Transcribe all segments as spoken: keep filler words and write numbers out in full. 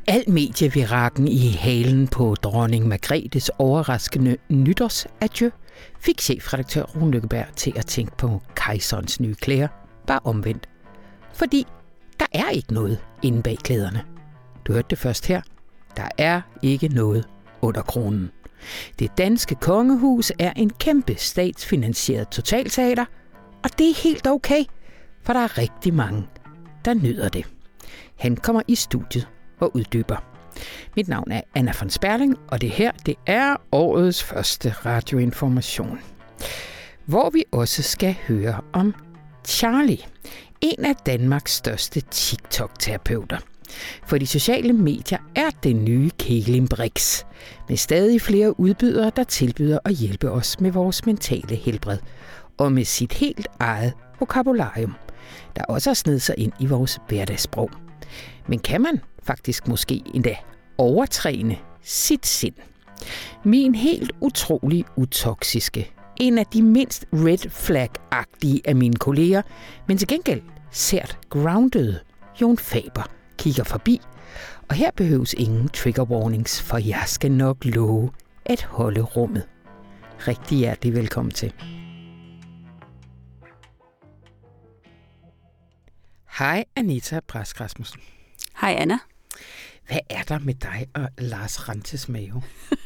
Al medievirakken i halen på dronning Margrethes overraskende nytårsadjø fik chefredaktør Rune Lykkeberg til at tænke på kejserens nye klæder, bare omvendt. Fordi der er ikke noget inde bag klæderne. Du hørte det først her. Der er ikke noget under kronen. Det danske kongehus er en kæmpe statsfinansieret totalteater, og det er helt okay, for der er rigtig mange, der nyder det. Han kommer i studiet og uddyber. Mit navn er Anna von Sperling, og det her, det er årets første radioinformation. Hvor vi også skal høre om Charlie, en af Danmarks største TikTok-terapeuter. For de sociale medier er den nye kælimbriks, med stadig flere udbydere, der tilbyder at hjælpe os med vores mentale helbred, og med sit helt eget vokabularium, der også har snedet sig ind i vores hverdagssprog. Men kan man faktisk måske endda overtræne sit sind? Min helt utrolig utoksiske, en af de mindst red flag-agtige af mine kolleger, men til gengæld sært grounded, Jon Faber, kigger forbi, og her behøves ingen trigger warnings, for jeg skal nok love at holde rummet. Rigtig hjertelig velkommen til. Hej Anita Brask Rasmussen. Hej Anna. Hvad er der med dig og Lars Rantes mave?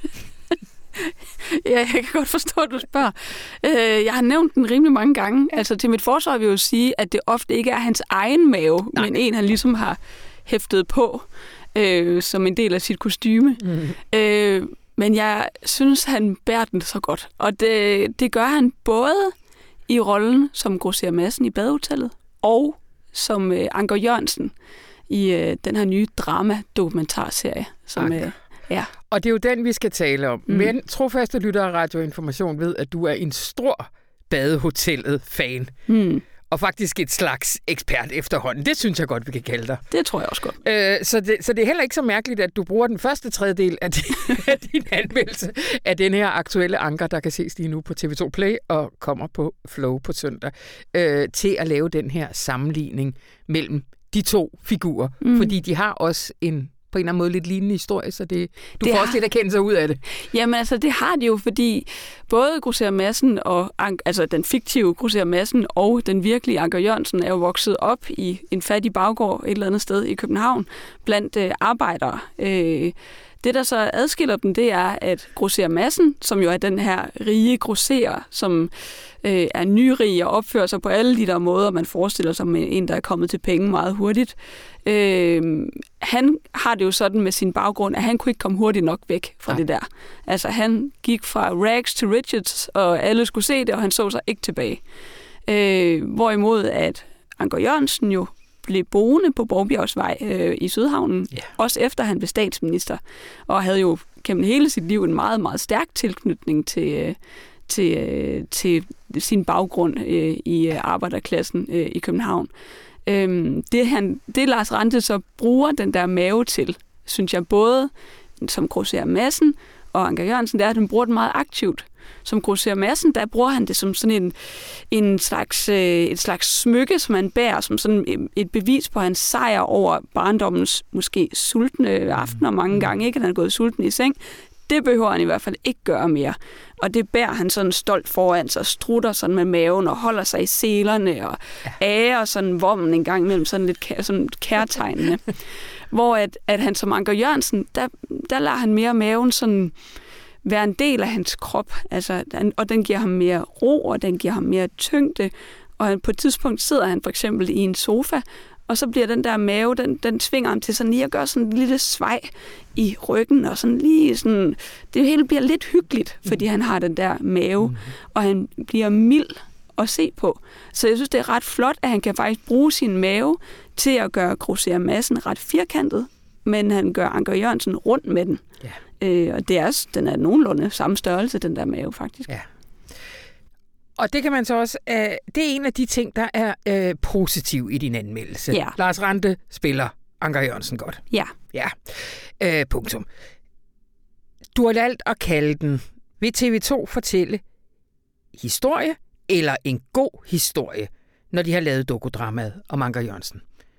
Ja, jeg kan godt forstå, at du spørger. Jeg har nævnt den rimelig mange gange. Altså til mit forsvar vil jeg jo sige, at det ofte ikke er hans egen mave, Nej. men en, han ligesom har hæftet på øh, som en del af sit kostyme. Mm. Øh, men jeg synes, han bærer den så godt. Og det, det gør han både i rollen som Grosserer Madsen i Badehotellet og som øh, Anker Jørgensen i øh, den her nye drama-dokumentarserie. Som, øh, ja. Og det er jo den, vi skal tale om. Mm. Men trofaste lyttere af Radioinformation ved, at du er en stor Badehotellet-fan. Mm. Og faktisk et slags ekspert efterhånden. Det synes jeg godt, vi kan kalde dig. Det tror jeg også godt. Øh, så, det, så det er heller ikke så mærkeligt, at du bruger den første tredjedel af din, af din anmeldelse af den her aktuelle Anker, der kan ses lige nu på T V to Play og kommer på Flow på søndag, øh, til at lave den her sammenligning mellem de to figurer. Mm. Fordi de har også en på en eller anden måde lidt lignende historie, så det, du det får har... også lidt at kende sig ud af det. Jamen altså, det har de jo, fordi både Grosserer Madsen og altså den fiktive Grosserer Madsen og den virkelige Anker Jørgensen er jo vokset op i en fattig baggård et eller andet sted i København blandt øh, arbejdere. Øh, Det, der så adskiller dem, det er, at Grosserer Madsen, som jo er den her rige grosserer, som øh, er nyrig og opfører sig på alle de der måder, man forestiller sig med en, der er kommet til penge meget hurtigt. Øh, han har det jo sådan med sin baggrund, at han kunne ikke komme hurtigt nok væk fra Nej. det der. Altså, han gik fra rags to riches, og alle skulle se det, og han så sig ikke tilbage. Øh, hvorimod at Anker Jørgensen jo blev boende på Borgbjergsvej øh, i Sydhavnen, yeah. også efter han blev statsminister, og havde jo gennem hele sit liv en meget, meget stærk tilknytning til, øh, til, øh, til sin baggrund øh, i øh, arbejderklassen øh, i København. Øh, det, han, det Lars Rante så bruger den der mave til, synes jeg både som Grosserer Madsen og Anker Jørgensen, det er, at han bruger den meget aktivt. Som Grosserer Madsen, der bruger han det som sådan en, en slags, øh, et slags smykke, som han bærer, som sådan et bevis på hans sejr over barndommens måske sultne aftener mange gange, ikke? At han er gået sulten i seng. Det behøver han i hvert fald ikke gøre mere. Og det bærer han sådan stolt foran sig, strutter sådan med maven og holder sig i selerne og ærer sådan vommen en gang imellem, sådan lidt kær, sådan kærtegnende. Hvor at, at han som Anker Jørgensen, der, der lader han mere maven sådan være en del af hans krop, altså, og den giver ham mere ro, og den giver ham mere tyngde, og på et tidspunkt sidder han for eksempel i en sofa, og så bliver den der mave, den, den tvinger ham til sådan lige at gøre sådan en lille svej i ryggen, og sådan lige sådan, det hele bliver lidt hyggeligt, fordi han har den der mave, og han bliver mild at se på. Så jeg synes, det er ret flot, at han kan faktisk bruge sin mave til at gøre Grosserer Madsen ret firkantet, men han gør Anker Jørgensen rundt med den. Ja. Øh, og det er, den er nogenlunde samme størrelse, den der mave faktisk. Ja. Og det kan man så også, øh, det er en af de ting, der er øh, positiv i din anmeldelse. Ja. Lars Rante spiller Anker Jørgensen godt. Ja. Ja. Øh, punktum. Du har valgt at kalde den, vil T V to fortælle historie eller en god historie, når de har lavet dokudramaet om Anker Jørgensen?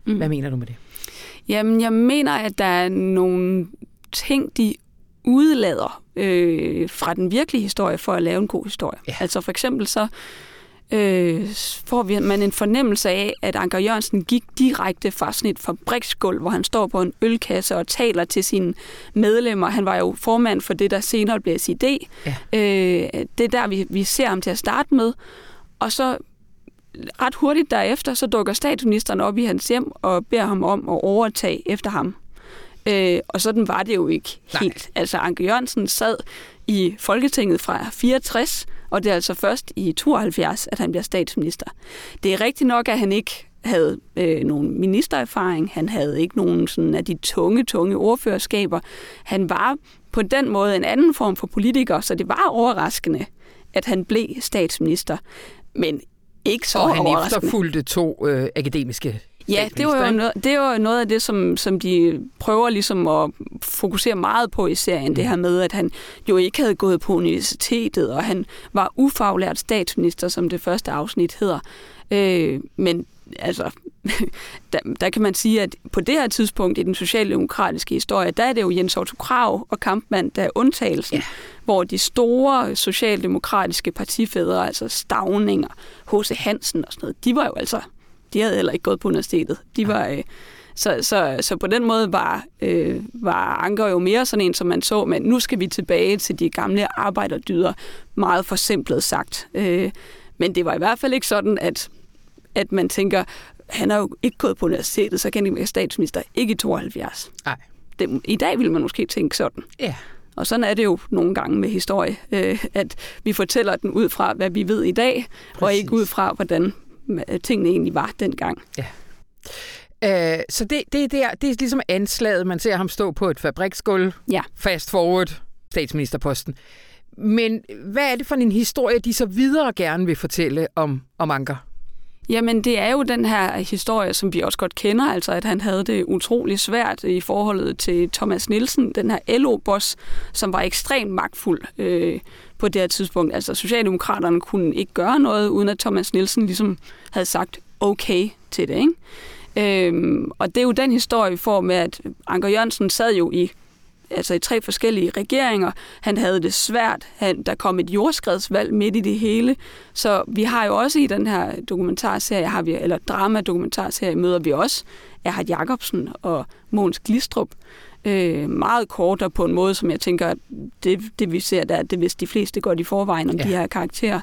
Mm. Hvad mener du med det? Jamen, jeg mener, at der er nogle ting, de udlader øh, fra den virkelige historie for at lave en god historie. Ja. Altså for eksempel så øh, får vi, man en fornemmelse af, at Anker Jørgensen gik direkte fra sådan et fabriksgulv, hvor han står på en ølkasse og taler til sine medlemmer. Han var jo formand for det, der senere blev S I D. Ja. Øh, det er der, vi, vi ser ham til at starte med. Og så ret hurtigt derefter, så dukker statsministeren op i hans hjem og beder ham om at overtage efter ham. Øh, og sådan var det jo ikke Nej. helt. Altså Anker Jørgensen sad i Folketinget fra fireogtres, og det er altså først i tooghalvfjerds, at han bliver statsminister. Det er rigtigt nok, at han ikke havde øh, nogen ministererfaring. Han havde ikke nogen sådan af de tunge, tunge ordførerskaber. Han var på den måde en anden form for politiker, så det var overraskende, at han blev statsminister. Men ikke så og han overraskende. efterfulgte to øh, akademiske Ja, det var jo noget, det var noget af det, som, som de prøver ligesom at fokusere meget på i serien. Mm. Det her med, at han jo ikke havde gået på universitetet, og han var ufaglært statsminister, som det første afsnit hedder. Øh, men altså, der, der kan man sige, at på det her tidspunkt i den socialdemokratiske historie, der er det jo Jens Otto Krag og Kampmann, der er undtagelsen, yeah. hvor de store socialdemokratiske partifædre, altså Stauning og H C Hansen og sådan noget, de var jo altså, de havde heller ikke gået på universitetet. De var, øh, så, så, så på den måde var, øh, var Anker jo mere sådan en, som man så, men nu skal vi tilbage til de gamle arbejderdyder, meget forsimplet sagt. Øh, men det var i hvert fald ikke sådan, at at man tænker, han har jo ikke gået på universitetet, så kan han ikke være statsminister. Ikke i tooghalvfjerds. Nej. Det, I dag vil man måske tænke sådan. Ja. Og sådan er det jo nogle gange med historie, øh, at vi fortæller den ud fra, hvad vi ved i dag, Præcis. Og ikke ud fra, hvordan tingene egentlig var dengang. Ja. Øh, så det, det, det, er, det er ligesom anslaget, man ser ham stå på et fabriksgulv, ja. Fast forward, statsministerposten. Men hvad er det for en historie, de så videre gerne vil fortælle om, om Anker? Jamen, det er jo den her historie, som vi også godt kender, altså at han havde det utrolig svært i forholdet til Thomas Nielsen, den her L O-boss, som var ekstremt magtfuld øh, på det her tidspunkt. Altså, Socialdemokraterne kunne ikke gøre noget, uden at Thomas Nielsen ligesom havde sagt okay til det, ikke? Øhm, og det er jo den historie, vi får med, at Anker Jørgensen sad jo i altså i tre forskellige regeringer. Han havde det svært. Han, der kom et jordskredsvalg midt i det hele. Så vi har jo også i den her dokumentarserie, har vi, eller drama-dokumentarserie, møder vi også Erhard Jacobsen og Mogens Glistrup. Øh, meget kort og på en måde, som jeg tænker, det, det vi ser der, det vidste de fleste godt i forvejen om ja. De her karakterer.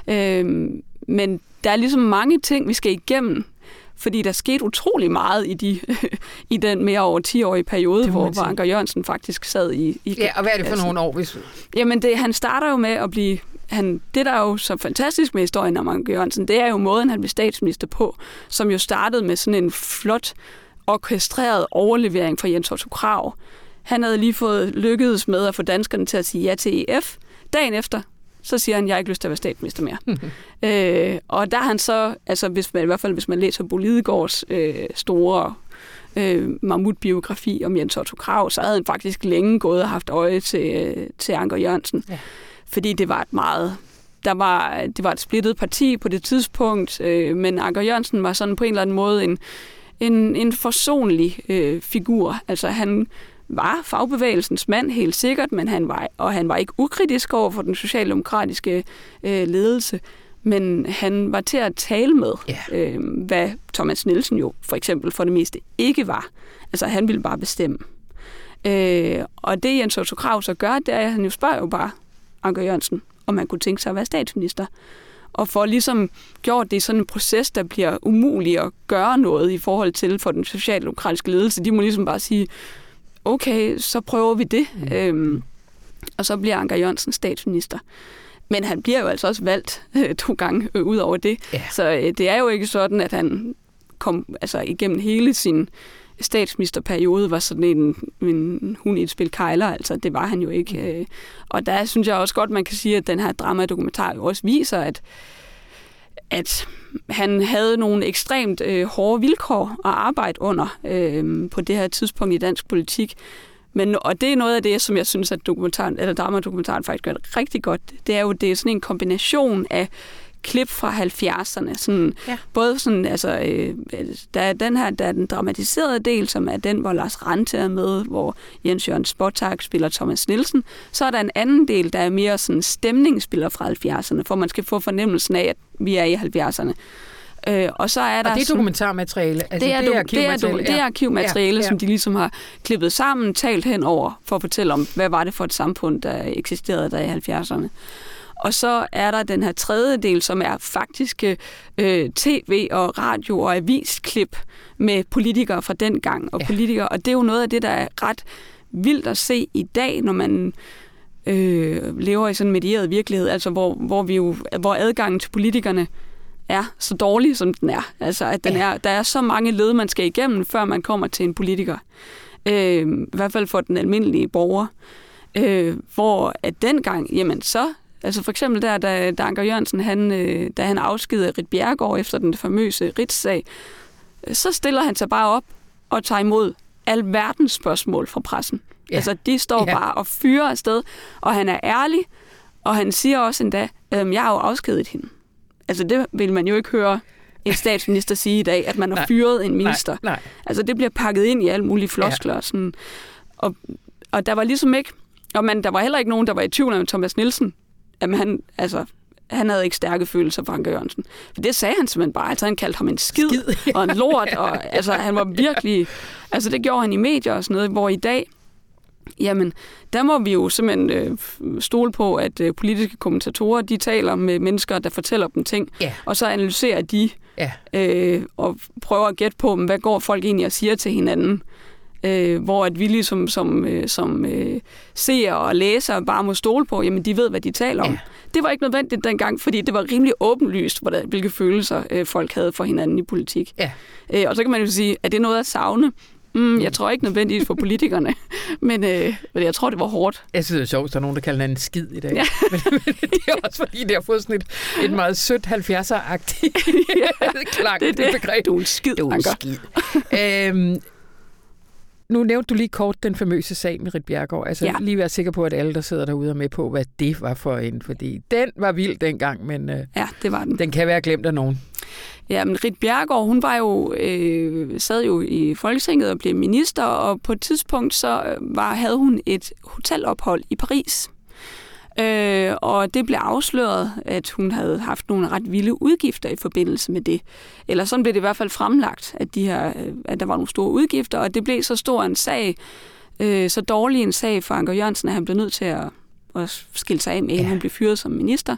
Øh, men der er ligesom mange ting, vi skal igennem, fordi der skete utrolig meget i, de, i den mere over ti-årige periode, hvor, hvor Anker Jørgensen faktisk sad i... i ja, og hvad er det for altså, nogle år? Hvis... Jamen, det, han starter jo med at blive... Han, det, der er jo så fantastisk med historien om Anker Jørgensen, det er jo måden, han blev statsminister på, som jo startede med sådan en flot, orkestreret overlevering fra Jens Otto Krag. Han havde lige fået lykkedes med at få danskerne til at sige ja til E F. Dagen efter, så siger han, jeg har ikke lyst til at være statsminister mere. Mm-hmm. Øh, og der han så, altså hvis man, i hvert fald hvis man læser Bo Lidegaards øh, store øh, mammutbiografi om Jens Otto Krag, så havde han faktisk længe gået og haft øje til, øh, til Anker Jørgensen. Ja. Fordi det var et meget... Der var, det var et splittet parti på det tidspunkt, øh, men Anker Jørgensen var sådan på en eller anden måde en, en, en forsonlig øh, figur. Altså han var fagbevægelsens mand helt sikkert, men han var, og han var ikke ukritisk over for den socialdemokratiske øh, ledelse, men han var til at tale med, yeah. øh, hvad Thomas Nielsen jo for eksempel for det meste ikke var. Altså han ville bare bestemme. Øh, og det Jens Otto Krag så gør, det er, at han jo spørger jo bare Anker Jørgensen, om man kunne tænke sig at være statsminister. Og for ligesom gjort det i sådan en proces, der bliver umulig at gøre noget i forhold til for den socialdemokratiske ledelse. De må ligesom bare sige, okay, så prøver vi det. Mm. Øhm, og så bliver Anker Jørgensen statsminister. Men han bliver jo altså også valgt øh, to gange øh, ud over det. Yeah. Så øh, det er jo ikke sådan, at han kom altså igennem hele sin statsministerperiode var sådan en, en hund i et spil kejler. Altså, det var han jo ikke. Mm. Og der synes jeg også godt, man kan sige, at den her dramadokumentar jo også viser, at, at han havde nogle ekstremt øh, hårde vilkår at arbejde under øh, på det her tidspunkt i dansk politik. Men, og det er noget af det, som jeg synes, at dokumentaren, eller dramadokumentaren faktisk gør rigtig godt. Det er jo det er sådan en kombination af klip fra halvfjerdserne. Sådan, ja. Både sådan, altså, øh, der er den her, der er den dramatiserede del, som er den, hvor Lars Ranthe er med, hvor Jens Jørgen Spottag spiller Thomas Nielsen. Så er der en anden del, der er mere sådan stemningsspiller fra halvfjerdserne, for man skal få fornemmelsen af, at vi er i halvfjerdserne. Øh, og så er der og det er sådan, dokumentarmateriale? Altså, det, er, det er arkivmateriale, det er, det er arkivmateriale, ja, ja. som de ligesom har klippet sammen, talt henover, for at fortælle om, hvad var det for et samfund, der eksisterede der i halvfjerdserne. Og så er der den her tredje del, som er faktiske øh, tv- og radio- og avisklip med politikere fra den gang. Og, ja. politikere, og det er jo noget af det, der er ret vildt at se i dag, når man øh, lever i sådan en medieret virkelighed, altså hvor, hvor, vi jo, hvor adgangen til politikerne er så dårlig, som den er. Altså, at den er, der er så mange led, man skal igennem, før man kommer til en politiker. Øh, I hvert fald for den almindelige borger. Øh, hvor at dengang, jamen så, altså for eksempel der, da, da Anker Jørgensen, han, øh, da han afskedede Ritt Bjerregaard efter den famøse Ritt-sag, så stiller han sig bare op og tager imod alverdens spørgsmål fra pressen. Ja. Altså, de står ja. bare og fyrer afsted, og han er ærlig, og han siger også endda, øh, jeg har jo afskedet hende. Altså, det vil man jo ikke høre en statsminister sige i dag, at man har fyret en minister. Nej, nej. Altså, det bliver pakket ind i alle mulige floskler. Ja. Sådan. Og, og der var ligesom ikke... Og man, der var heller ikke nogen, der var i tvivl om Thomas Nielsen. Jamen, han, altså, han havde ikke stærke følelser for Anker Jørgensen. For det sagde han simpelthen bare. Altså, han kaldte ham en skid, skid. og en lort. Og, altså, han var virkelig... Altså, det gjorde han i medier og sådan noget, hvor i dag... Jamen, der må vi jo simpelthen øh, stole på, at øh, politiske kommentatorer, de taler med mennesker, der fortæller dem ting, ja. og så analyserer de ja. øh, og prøver at gætte på, hvad går folk egentlig og siger til hinanden. Øh, hvor at vi ligesom som, øh, som øh, seere og læsere bare må stole på, jamen de ved, hvad de taler om. Ja. Det var ikke nødvendigt dengang, fordi det var rimelig åbenlyst, hvordan, hvilke følelser øh, folk havde for hinanden i politik. Ja. Øh, og så kan man jo sige, at det er noget at savne. Mm, jeg tror ikke nødvendigt for politikerne, men, øh, men jeg tror, det var hårdt. Jeg synes, det er sjovt, at der er nogen, der kalder den en skid i dag. Ja. men, men det er også fordi, det har fået sådan et, et meget sødt halvfjerdser-agtigt ja, klang. Det er det. Begreb. Du er en skid, Du er en skid. øhm, nu nævnte du lige kort den famøse sag med Ritt Bjerregaard. Altså ja. lige være sikker på, at alle, der sidder derude, er med på, hvad det var for en. Fordi den var vild dengang, men øh, ja, det var den. den kan være glemt af nogen. Ja, men Ritt Bjerregaard, hun var jo, øh, sad jo i Folketinget og blev minister, og på et tidspunkt så var, havde hun et hotelophold i Paris. Øh, og det blev afsløret, at hun havde haft nogle ret vilde udgifter i forbindelse med det. Eller sådan blev det i hvert fald fremlagt, at, de her, at der var nogle store udgifter, og det blev så stor en sag, øh, så dårlig en sag for Anker Jørgensen, at han blev nødt til at, at skille sig af med, at hun blev fyret som minister.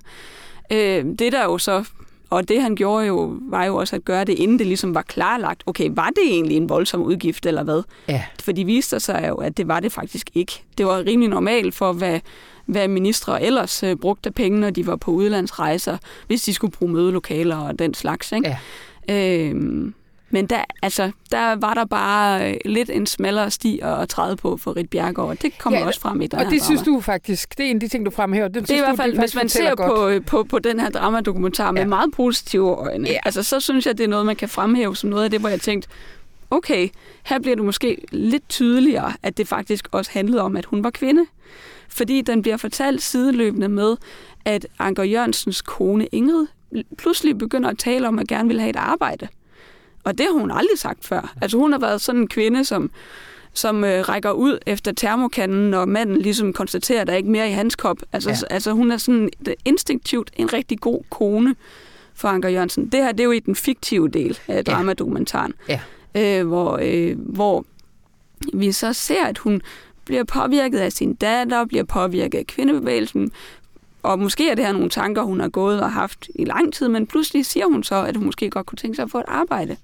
Øh, det der jo så... Og det, han gjorde jo, var jo også at gøre det, inden det ligesom var klarlagt. Okay, var det egentlig en voldsom udgift, eller hvad? Ja. For de viste sig jo, at det var det faktisk ikke. Det var rimelig normalt for, hvad, hvad ministre ellers uh, brugte penge, når de var på udlandsrejser, hvis de skulle bruge mødelokaler og den slags, ikke? Ja. Øhm, men der, altså, der var der bare lidt en smallere sti at træde på for Ritt Bjerregaard, og det kommer ja, også frem i den og her det synes drama. Du faktisk, det er en af de ting, du fremhæver. Det, det er i hvert fald, hvis man ser på, på, på den her dramadokumentar med ja. meget positive øjne, ja. altså, så synes jeg, det er noget, man kan fremhæve som noget af det, hvor jeg tænkte, okay, her bliver det måske lidt tydeligere, at det faktisk også handlede om, at hun var kvinde. Fordi den bliver fortalt sideløbende med, at Anker Jørgensens kone Ingrid pludselig begynder at tale om, at gerne vil have et arbejde. Og det har hun aldrig sagt før. Altså hun har været sådan en kvinde, som, som øh, rækker ud efter termokanden, når manden ligesom konstaterer, at der er ikke mere i hans kop. Altså, ja. altså hun er sådan instinktivt en rigtig god kone for Anker Jørgensen. Det her, det er jo i den fiktive del af dramadokumentaren, ja. øh, hvor, øh, hvor vi så ser, at hun bliver påvirket af sin datter, bliver påvirket af kvindebevægelsen, og måske er det her nogle tanker, hun har gået og haft i lang tid, men pludselig siger hun så, at hun måske godt kunne tænke sig at få et arbejde.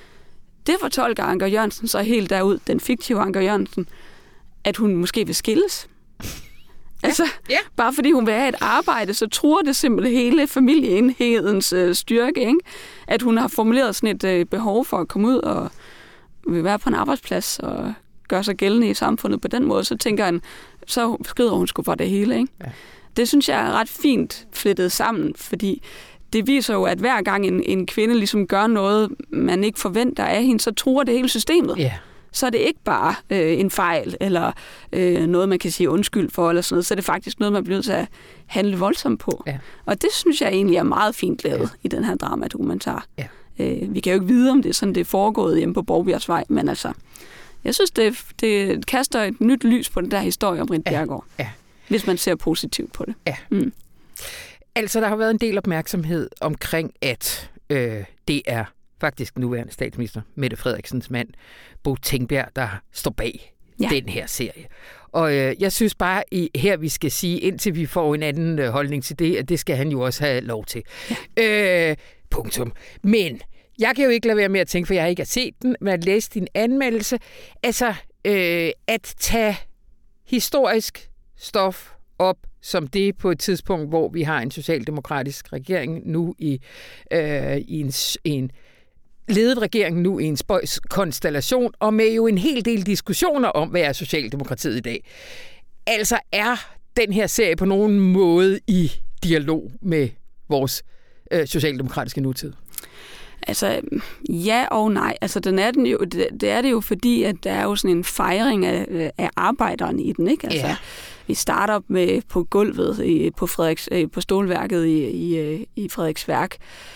Det fortolker Anker Jørgensen så helt derud, den fiktive Anker Jørgensen, at hun måske vil skilles. Ja. Altså, ja. bare fordi hun vil have et arbejde, så truer det simpelthen hele familieenhedens øh, styrke, ikke? At hun har formuleret sådan et øh, behov for at komme ud og vil være på en arbejdsplads og gøre sig gældende i samfundet på den måde, så tænker han, så skrider hun sgu for det hele, ikke? Ja. Det synes jeg er ret fint flettet sammen, fordi det viser jo, at hver gang en, en kvinde ligesom gør noget, man ikke forventer af hende, så truer det hele systemet. Yeah. så er det ikke bare øh, en fejl, eller øh, noget, man kan sige undskyld for, eller sådan noget, så er det faktisk noget, man bliver nødt til at handle voldsomt på. Ja. Og det synes jeg egentlig er meget fint lavet ja. i den her dramadokumentar. Ja. Øh, vi kan jo ikke vide, om det er sådan, det er foregået hjemme på Borgbjergsvej, men altså, jeg synes, det, det kaster et nyt lys på den der historie om Ritt Bjerregaard, ja. Ja. hvis man ser positivt på det. Ja. Mm. Altså, der har været en del opmærksomhed omkring, at øh, det er faktisk nuværende statsminister, Mette Frederiksens mand, Bo Tingbjerg, der står bag ja. den her serie. Og øh, jeg synes bare, i, her vi skal sige, indtil vi får en anden øh, holdning til det, at det skal han jo også have lov til. Ja. Øh, punktum. Men jeg kan jo ikke lade være med at tænke, for jeg har ikke set den, men at læse din anmeldelse. Altså, øh, at tage historisk stof op som det på et tidspunkt, hvor vi har en socialdemokratisk regering nu i, øh, i en, en ledet regering nu i en spøjs konstellation, og med jo en hel del diskussioner om, hvad er Socialdemokratiet i dag. Altså er den her serie på nogen måde i dialog med vores øh, socialdemokratiske nutid? Altså, ja og nej. Altså, den er den jo, det, det er det jo, fordi at der er jo sådan en fejring af, af arbejderen i den, ikke? Altså, yeah. vi starter med på gulvet i, på, Frederiks, på stålværket i, i, i Frederiksværk,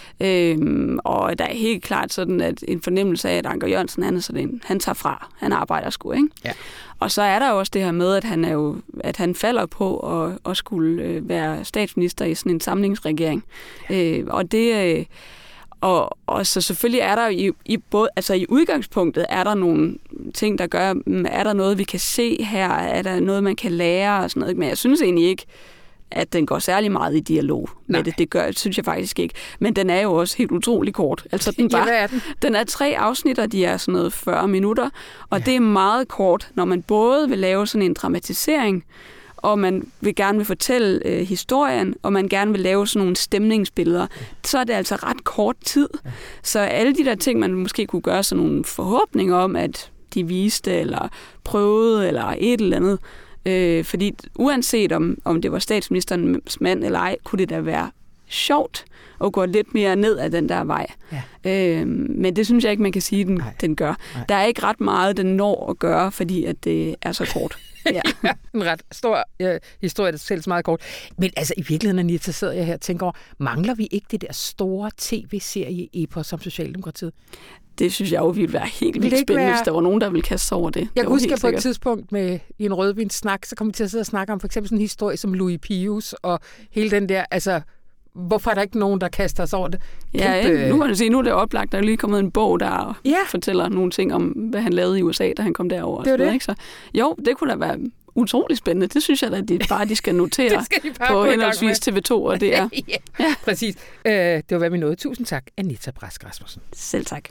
øhm, og der er helt klart sådan, at en fornemmelse af, at Anker Jørgensen, han er sådan en, han tager fra, han arbejder sgu, ikke? Yeah. Og så er der jo også det her med, at han, er jo, at han falder på at, at skulle øh, være statsminister i sådan en samlingsregering. Yeah. Øh, og det... Øh, Og, og så selvfølgelig er der i, i, både, altså i udgangspunktet er der nogle ting, der gør, er der noget, vi kan se her, er der noget, man kan lære og sådan noget. Men jeg synes egentlig ikke, at den går særlig meget i dialog med Nej. det. Det gør, synes jeg faktisk ikke. Men den er jo også helt utrolig kort. Altså den, bare, ja, er den? den er tre afsnit, og de er sådan noget fyrre minutter. Og ja. det er meget kort, når man både vil lave sådan en dramatisering, og man vil gerne vil fortælle øh, historien, og man gerne vil lave sådan nogle stemningsbilleder, så er det altså ret kort tid. Så alle de der ting, man måske kunne gøre sådan nogle forhåbninger om, at de viste, eller prøvede, eller et eller andet. Øh, fordi uanset om, om det var statsministerens mand eller ej, kunne det da være sjovt at gå lidt mere ned ad den der vej. Ja. Øh, men det synes jeg ikke, man kan sige, den, den gør. Nej. Der er ikke ret meget, den når at gøre, fordi at det er så kort. Ja. ja, en ret stor øh, historie, der selv meget kort. Men altså, i virkeligheden, Anita, sidder jeg her og tænker over, mangler vi ikke det der store tv-serie-epos som Socialdemokratiet? Det synes jeg jo ville være helt vildt spændende, være... hvis der var nogen, der ville kaste sig over det. Jeg kan huske, på et tidspunkt med i en rødvinssnak, så kom vi til at sidde og snakke om for eksempel sådan en historie som Louis Pius og hele den der, altså, hvorfor er der ikke nogen, der kaster sig over det? Ja, Kæmpe... nu kan du sige, nu er det oplagt, der er lige kommet en bog, der ja. fortæller nogle ting om, hvad han lavede i U S A, da han kom derover. Det er det. Ikke? Så, jo, det kunne da være utrolig spændende. Det synes jeg, at de bare de skal notere skal de på henholdsvis T V to og D R. ja, ja, præcis. Øh, det var, hvad vi nåede. Tusind tak, Anita Brask Rasmussen. Selv tak.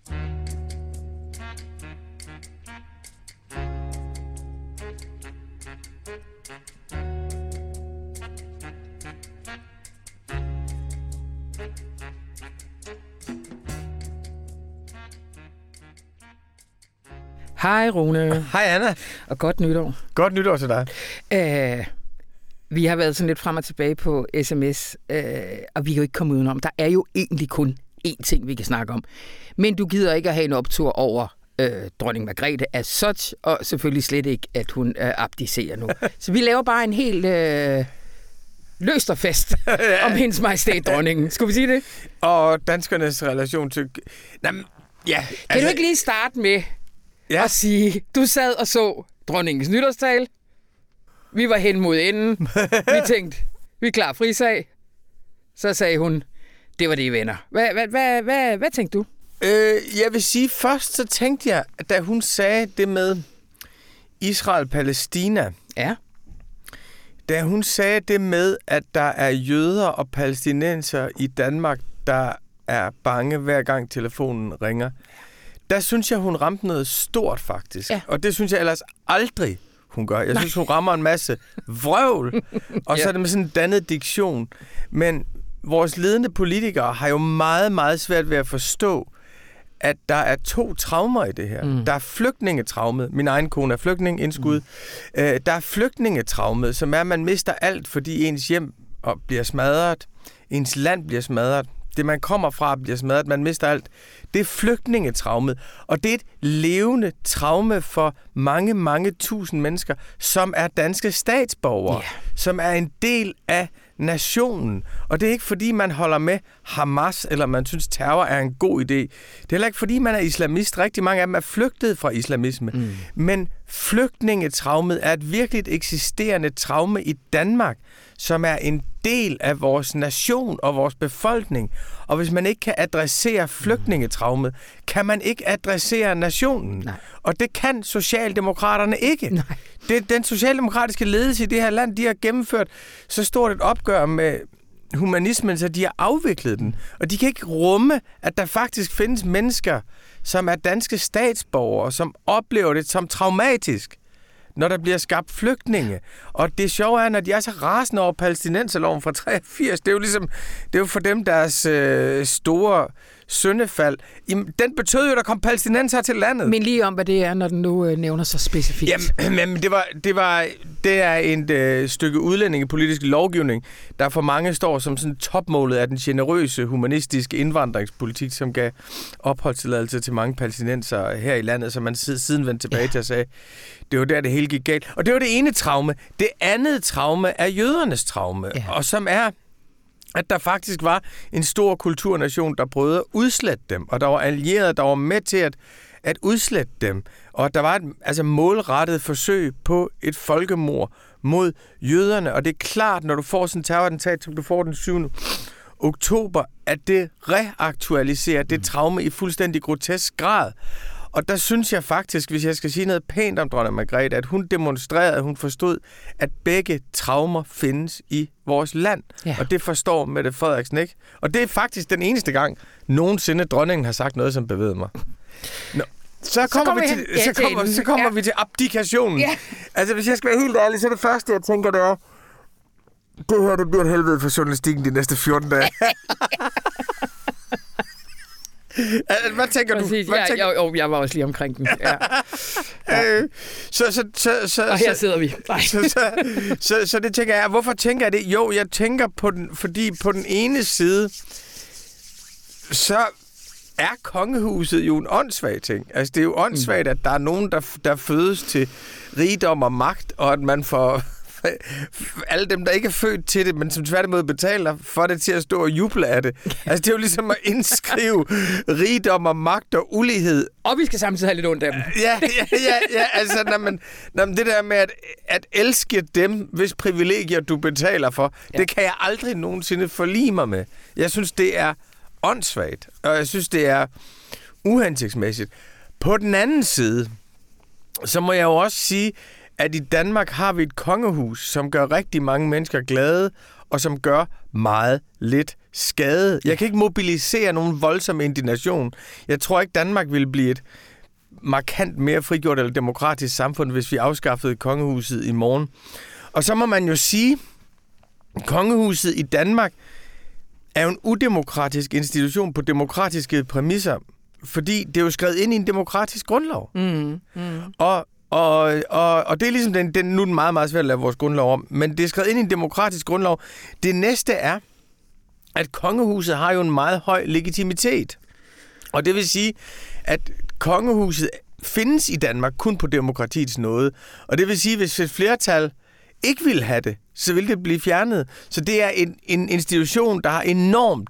Hej Rune. Hej Anna. Og godt nytår. Godt nytår til dig. Æh, vi har været sådan lidt frem og tilbage på sms, øh, og vi kan jo ikke komme udenom. Der er jo egentlig kun én ting, vi kan snakke om. Men du gider ikke at have en optur over øh, dronning Margrethe as such, og selvfølgelig slet ikke, at hun øh, abdicerer nu. Så vi laver bare en helt øh, løsterfest om hendes majestæt dronningen. Skulle vi sige det? Og danskernes relation til... Jamen, ja, kan altså... du ikke lige starte med... Ja. Og sige, du sad og så dronningens nytårstale. Vi var hen mod enden. Vi tænkte, vi er klar frisag. Så sagde hun, det var det, venner. Hvad, hvad, hvad, hvad, hvad tænkte du? Øh, jeg vil sige, først så tænkte jeg, da hun sagde det med Israel-Palæstina. Ja. Da hun sagde det med, at der er jøder og palæstinenser i Danmark, der er bange hver gang telefonen ringer. Der synes jeg, hun ramte noget stort, faktisk. Ja. Og det synes jeg ellers aldrig, hun gør. Jeg Nej. synes, hun rammer en masse vrøvl, og så ja. er det med sådan en dannet diktion. Men vores ledende politikere har jo meget, meget svært ved at forstå, at der er to traumer i det her. Mm. Der er flygtningetraumet. Min egen kone er flygtning, indskud. Mm. Øh, der er flygtningetraumet, som er, at man mister alt, fordi ens hjem bliver smadret. Ens land bliver smadret. det man kommer fra bliver smadret, man mister alt. Det er flygtningetraumet, og det er et levende traume for mange, mange tusind mennesker, som er danske statsborgere, yeah. som er en del af nationen. Og det er ikke fordi, man holder med Hamas, eller man synes, terror er en god idé. Det er heller ikke fordi, man er islamist. Rigtig mange af dem er flygtet fra islamisme. Mm. Men flygtningetraumet er et virkelig eksisterende traume i Danmark, som er en del af vores nation og vores befolkning. Og hvis man ikke kan adressere flygtningetraumet, kan man ikke adressere nationen. Nej. Og det kan Socialdemokraterne ikke. Nej. Det, den socialdemokratiske ledelse i det her land, de har gennemført så stort et opgør med humanismen, så de har afviklet den. Og de kan ikke rumme, at der faktisk findes mennesker, som er danske statsborgere, som oplever det som traumatisk, når der bliver skabt flygtninge. Og det sjove er, når de er så rasende over palæstinenserloven fra treogfirs, det er jo ligesom, det er jo for dem deres øh, store syndefald. Den betød jo, at der kom palæstinenser til landet. Men lige om, hvad det er, når den nu øh, nævner så specifikt. Jamen, men det, var, det, var, det er et øh, stykke udlændingepolitisk lovgivning, der for mange står som sådan topmålet af den generøse humanistiske indvandringspolitik, som gav opholdstilladelse til mange palæstinenser her i landet, som man siden vendte tilbage ja. til og sagde, det var der, det hele gik galt. Og det var det ene traume. Det andet traume er jødernes traume, ja. og som er, at der faktisk var en stor kulturnation, der prøvede at udslette dem, og der var allierede, der var med til at, at udslette dem. Og der var et altså, målrettet forsøg på et folkemord mod jøderne, og det er klart, når du får sådan en terrorattentat, som du får den syvende oktober, at det reaktualiserer det traume i fuldstændig grotesk grad. Og der synes jeg faktisk, hvis jeg skal sige noget pænt om dronning Margrethe, at hun demonstrerede, at hun forstod, at begge traumer findes i vores land. Ja. Og det forstår Mette Frederiksen ikke. Og det er faktisk den eneste gang, nogensinde dronningen har sagt noget, som bevægede mig. Nå. Så kommer, så kommer, vi, til, ja, så kommer, så kommer ja. vi til abdikationen. Ja. Altså, hvis jeg skal være helt ærlig, så er det første, jeg tænker, det er, det her, det bliver et helvede for journalistikken de næste fjorten dage. Hvad tænker Præcis. du? Hvad ja, tænker... Jo, jo, jeg var også lige omkring den. Ja. Ja. Øh, så, så, så, så, og her sidder vi. så, så, så, så det tænker jeg. Hvorfor tænker jeg det? Jo, jeg tænker på den, fordi på den ene side, så er kongehuset jo en åndssvag ting. Altså, det er jo åndssvagt, at der er nogen, der, der fødes til rigdom og magt, og at man får alle dem, der ikke er født til det, men som tværtimod betaler for det til at stå og juble af det. Altså, det er jo ligesom at indskrive rigdom og magt og ulighed. Og vi skal samtidig have lidt ondt af dem. Ja, ja, ja, ja. Altså, når man, når man det der med at, at elske dem, hvis privilegier du betaler for, ja. det kan jeg aldrig nogensinde forlige mig med. Jeg synes, det er åndssvagt, og jeg synes, det er uhensigtsmæssigt. På den anden side, så må jeg jo også sige, at i Danmark har vi et kongehus, som gør rigtig mange mennesker glade, og som gør meget lidt skade. Jeg kan ikke mobilisere nogen voldsom indignation. Jeg tror ikke, Danmark ville blive et markant mere frigjort eller demokratisk samfund, hvis vi afskaffede kongehuset i morgen. Og så må man jo sige, at kongehuset i Danmark er jo en udemokratisk institution på demokratiske præmisser, fordi det er jo skrevet ind i en demokratisk grundlov. Mm, mm. Og Og, og, og det er ligesom, den, den, nu er den meget, meget svært at lave vores grundlov om, men det er skrevet ind i en demokratisk grundlov. Det næste er, at kongehuset har jo en meget høj legitimitet. Og det vil sige, at kongehuset findes i Danmark kun på demokratiets nåde. Og det vil sige, at hvis et flertal ikke vil have det, så vil det blive fjernet. Så det er en, en institution, der har enormt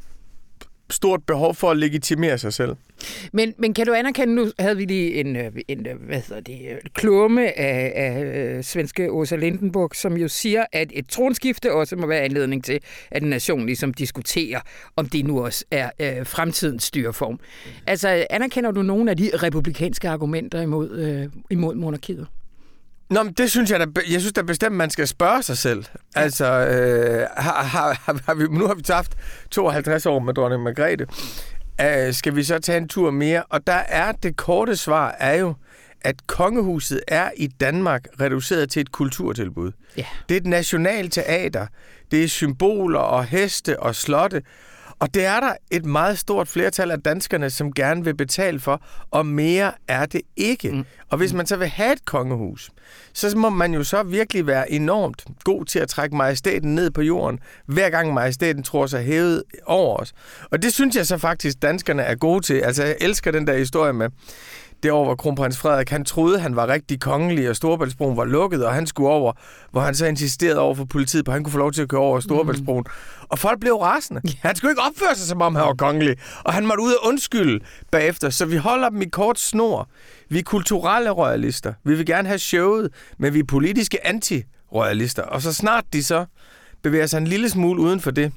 stort behov for at legitimere sig selv. Men, men kan du anerkende, nu havde vi lige en, en hvad hedder det, klumme af, af svenske Åsa Lindenburg, som jo siger, at et tronskifte også må være anledning til, at en nation ligesom diskuterer, om det nu også er øh, fremtidens styreform. Altså, anerkender du nogle af de republikanske argumenter imod, øh, imod monarkiet? Nå, men det synes jeg, der, jeg synes da bestemt, man skal spørge sig selv. Ja. Altså, øh, har, har, har vi, nu har vi haft tooghalvtreds år med dronning Margrethe. Uh, skal vi så tage en tur mere? Og der er det korte svar er jo, at kongehuset er i Danmark reduceret til et kulturtilbud. Ja. Det er et nationalt teater. Det er symboler og heste og slotte. Og det er der et meget stort flertal af danskerne, som gerne vil betale for, og mere er det ikke. Mm. Og hvis man så vil have et kongehus, så må man jo så virkelig være enormt god til at trække majestæten ned på jorden, hver gang majestæten tror sig hævet over os. Og det synes jeg så faktisk, danskerne er gode til. Altså, jeg elsker den der historie med det år, hvor kronprins Frederik, han troede, han var rigtig kongelig, og Storebæltsbroen var lukket, og han skulle over, hvor han så insisterede over for politiet på, at han kunne få lov til at køre over Storebæltsbroen. Mm. Og folk blev rasende. Han skulle ikke opføre sig, som om han var kongelig, og han måtte ud og undskylde bagefter. Så vi holder dem i kort snor. Vi er kulturelle royalister. Vi vil gerne have showet, men vi er politiske anti-royalister. Og så snart de så bevæger sig en lille smule uden for det,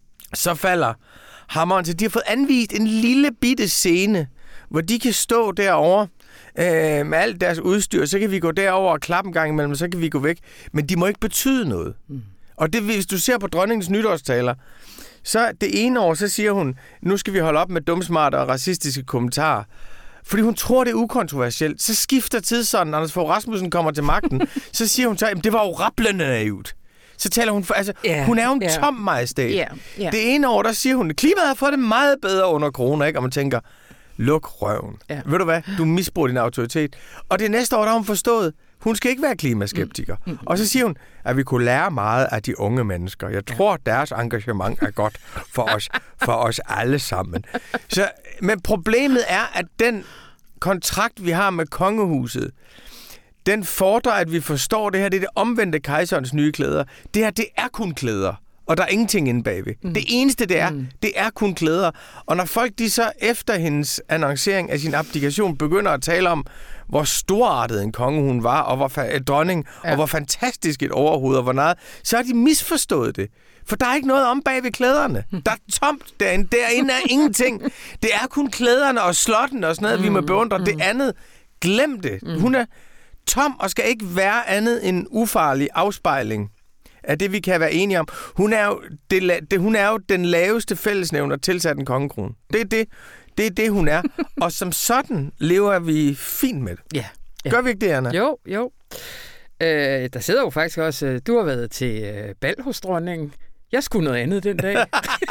så falder hammeren til. De har fået anvist en lille bitte scene, hvor de kan stå derovre øh, med alt deres udstyr, så kan vi gå derover og klappe en gang imellem, så kan vi gå væk. Men de må ikke betyde noget. Mm. Og det, hvis du ser på dronningens nytårstaler, så det ene år, så siger hun, nu skal vi holde op med dumsmarte og racistiske kommentarer. Fordi hun tror, det er ukontroversielt. Så skifter tidsånden, Anders Fogh Rasmussen kommer til magten, så siger hun så, at det var jo rablende naivt. Så taler hun for, altså, yeah, hun er jo en yeah. tom majestæt. Yeah, yeah. Det ene år, der siger hun, at klimaet har fået det meget bedre under corona, ikke? Og man tænker, luk røven. Ja. Ved du hvad? Du misbruger din autoritet. Og det næste år, der har hun forstået, hun skal ikke være klimaskeptiker. Mm. Mm. Og så siger hun, at vi kunne lære meget af de unge mennesker. Jeg tror, ja. deres engagement er godt for os, for os alle sammen. Så, men problemet er, at den kontrakt, vi har med kongehuset, den fordrer, at vi forstår det her. Det er det omvendte kejserens nye klæder. Det her, det er kun klæder. Og der er ingenting inde bagved. Mm. Det eneste, det er, mm. det er kun klæder. Og når folk, de så efter hendes annoncering af sin abdikation, begynder at tale om, hvor storartet en konge hun var, og hvor fa- dronning, ja. og hvor fantastisk et overhoved, og hvor meget, så har de misforstået det. For der er ikke noget om bag ved klæderne. Der er tomt derinde. Derinde er ingenting. Det er kun klæderne og slotten og sådan noget, mm. vi må beundre. Mm. Det andet, glem det. Mm. Hun er tom og skal ikke være andet end ufarlig afspejling af det, vi kan være enige om. Hun er jo, det, det, hun er jo den laveste fællesnævner tilsat en kongekrone. Det er det, det er det, hun er. Og som sådan lever vi fint med det. Ja. ja. Gør vi ikke det, Anna? Jo, jo. Øh, der sidder jo faktisk også... Du har været til øh, bal hos dronningen. Jeg skulle noget andet den dag.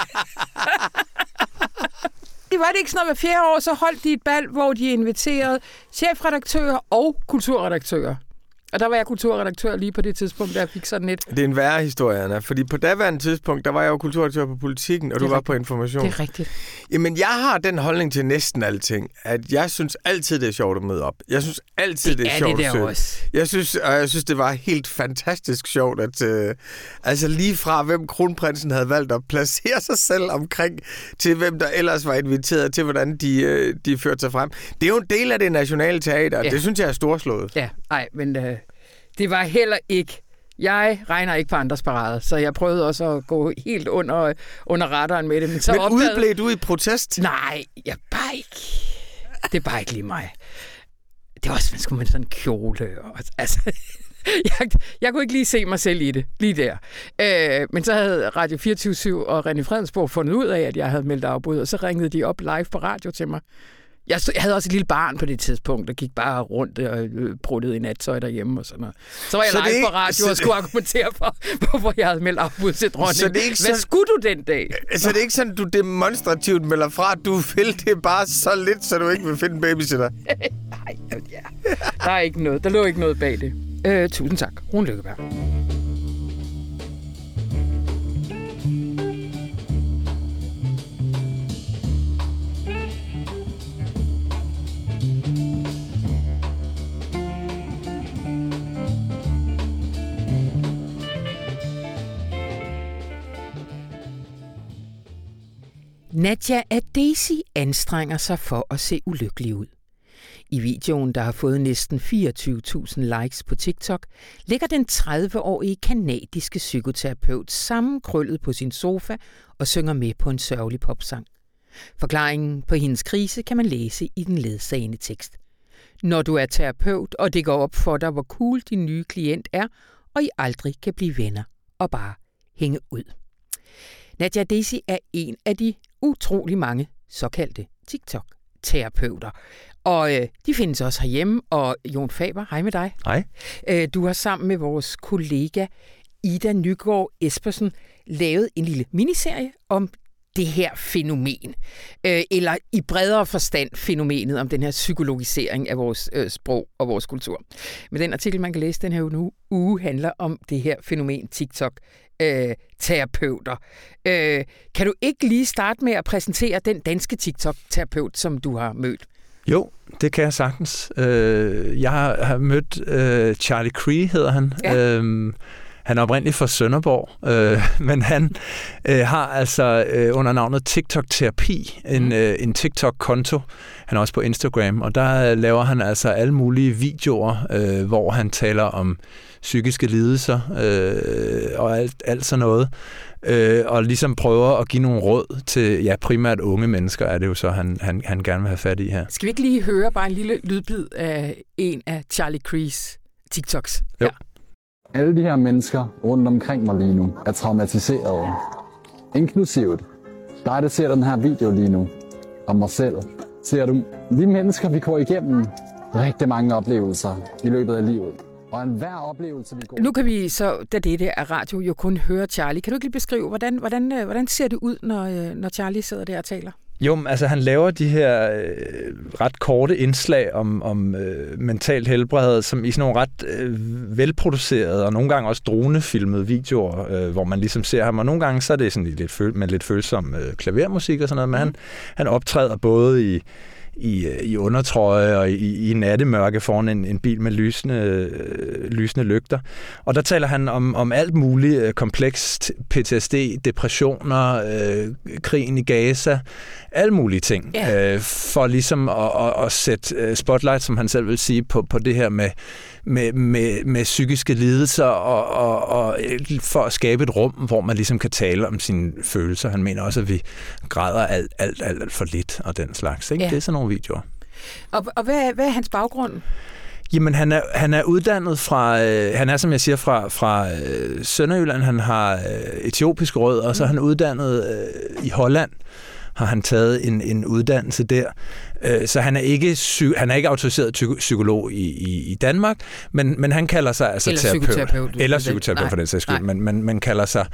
Det var det ikke sådan noget med fjerde år, så holdt de et bal, hvor de inviterede chefredaktører og kulturredaktører. Og der var jeg kulturredaktør lige på det tidspunkt, der jeg fik sådan et... Det er en værre historie, Anna, fordi på daværende tidspunkt, der var jeg jo kulturredaktør på Politikken, og du rigtigt. var på Information. Det er rigtigt. Jamen, jeg har den holdning til næsten alting, at jeg synes altid, det er sjovt at møde op. Jeg synes altid, det, det er, er sjovt det at søge. Også. Jeg synes, og jeg synes, det var helt fantastisk sjovt, at øh, altså lige fra, hvem kronprinsen havde valgt at placere sig selv omkring, til hvem der ellers var inviteret, til hvordan de, øh, de førte sig frem. Det er jo en del af det nationale teater, ja. Det synes jeg er storslået. Ja, nej, men... Øh... Det var heller ikke. Jeg regner ikke på andres parade, så jeg prøvede også at gå helt under, under radaren med det. Men, så men opdagede... udblev du i protest? Nej, jeg bare ikke. Det er bare ikke lige mig. Det var også, man skulle med sådan en kjole. Og, altså, jeg, jeg kunne ikke lige se mig selv i det, lige der. Øh, men så havde Radio fireogtyve syv og René Fredensborg fundet ud af, at jeg havde meldt afbud, og så ringede de op live på radio til mig. Jeg, stod, jeg havde også et lille barn på det tidspunkt, der gik bare rundt og øh, bruttede i nattøj derhjemme og sådan noget. Så var jeg så live ikke, på radio og skulle argumentere for, hvorfor jeg havde meldt afbud til dronningen. Hvad sådan, skulle du den dag? Så det er ikke sådan, du demonstrativt melder fra, at du vil det bare så lidt, så du ikke vil finde en babysitter? Nej, ja. Der er ikke noget. Der lå ikke noget bag det. Øh, tusind tak. Rune Lykkeberg. Nadja Adesi anstrenger sig for at se ulykkelig ud. I videoen, der har fået næsten fireogtyve tusind likes på TikTok, ligger den tredive-årige kanadiske psykoterapeut sammenkrøllet på sin sofa og synger med på en sørgelig popsang. Forklaringen på hendes krise kan man læse i den ledsagende tekst. Når du er terapeut, og det går op for dig, hvor cool din nye klient er, og I aldrig kan blive venner og bare hænge ud. Nadja Adesi er en af de utrolig mange såkaldte TikTok-terapeuter. Og øh, de findes også herhjemme. Og Jon Faber, hej med dig. Hej. Øh, du har sammen med vores kollega Ida Nygaard Espersen lavet en lille miniserie om det her fænomen, øh, eller i bredere forstand fænomenet om den her psykologisering af vores øh, sprog og vores kultur. Men den artikel, man kan læse den her uge, uge handler om det her fænomen TikTok-terapeuter. Øh, øh, kan du ikke lige starte med at præsentere den danske TikTok-terapeut, som du har mødt? Jo, det kan jeg sagtens. Øh, jeg har mødt øh, Charlie Cree, hedder han. Ja. Øh, Han er oprindeligt fra Sønderborg, øh, men han øh, har altså øh, under navnet TikTok-terapi en, mm. øh, en TikTok-konto. Han er også på Instagram, og der laver han altså alle mulige videoer, øh, hvor han taler om psykiske lidelser øh, og alt, alt sådan noget. Øh, og ligesom prøver at give nogle råd til, ja, primært unge mennesker, er det jo så, han, han, han gerne vil have fat i her. Skal vi ikke lige høre bare en lille lydbid af en af Charlie Crees TikToks? Jo. Ja. Alle de her mennesker rundt omkring mig lige nu er traumatiseret. Inklusivt dig, der ser den her video lige nu, om mig selv, ser du, vi mennesker, vi går igennem rigtig mange oplevelser i løbet af livet. Og enhver oplevelse, vi går... Nu kan vi så, da det er radio, jo kun høre Charlie. Kan du ikke lige beskrive, hvordan, hvordan, hvordan ser det ud, når, når Charlie sidder der og taler? Jo, altså han laver de her øh, ret korte indslag om, om øh, mentalt helbred, som i sådan nogle ret øh, velproducerede og nogle gange også dronefilmede videoer, øh, hvor man ligesom ser ham. Og nogle gange så er det sådan lidt, føl- med lidt følsom øh, klavermusik og sådan noget, men han, han optræder både i i, i undertrøje og i, i nattemørke foran en, en bil med lysende, øh, lysende lygter. Og der taler han om, om alt muligt øh, komplekst, P T S D, depressioner, øh, krigen i Gaza, alle mulige ting, yeah. øh, for ligesom at, at, at sætte spotlight, som han selv vil sige, på, på det her med, med, med, med psykiske lidelser, og, og, og for at skabe et rum, hvor man ligesom kan tale om sine følelser. Han mener også, at vi græder alt, alt, alt, alt for lidt og den slags. Ikke? Yeah. Det er sådan nogle videoer. Og, og hvad, hvad er hans baggrund? Jamen, han er, han er uddannet fra, øh, han er, som jeg siger, fra, fra øh, Sønderjylland. Han har øh, etiopisk rødder, og så er han uddannet øh, i Holland. Har han taget en, en uddannelse der. Øh, så han er ikke psy- han er ikke autoriseret psy- psykolog i, i, i Danmark, men, men han kalder sig altså eller terapeut. Psykoterapeut. Eller psykoterapeut for den sags skyld, men man, man kalder sig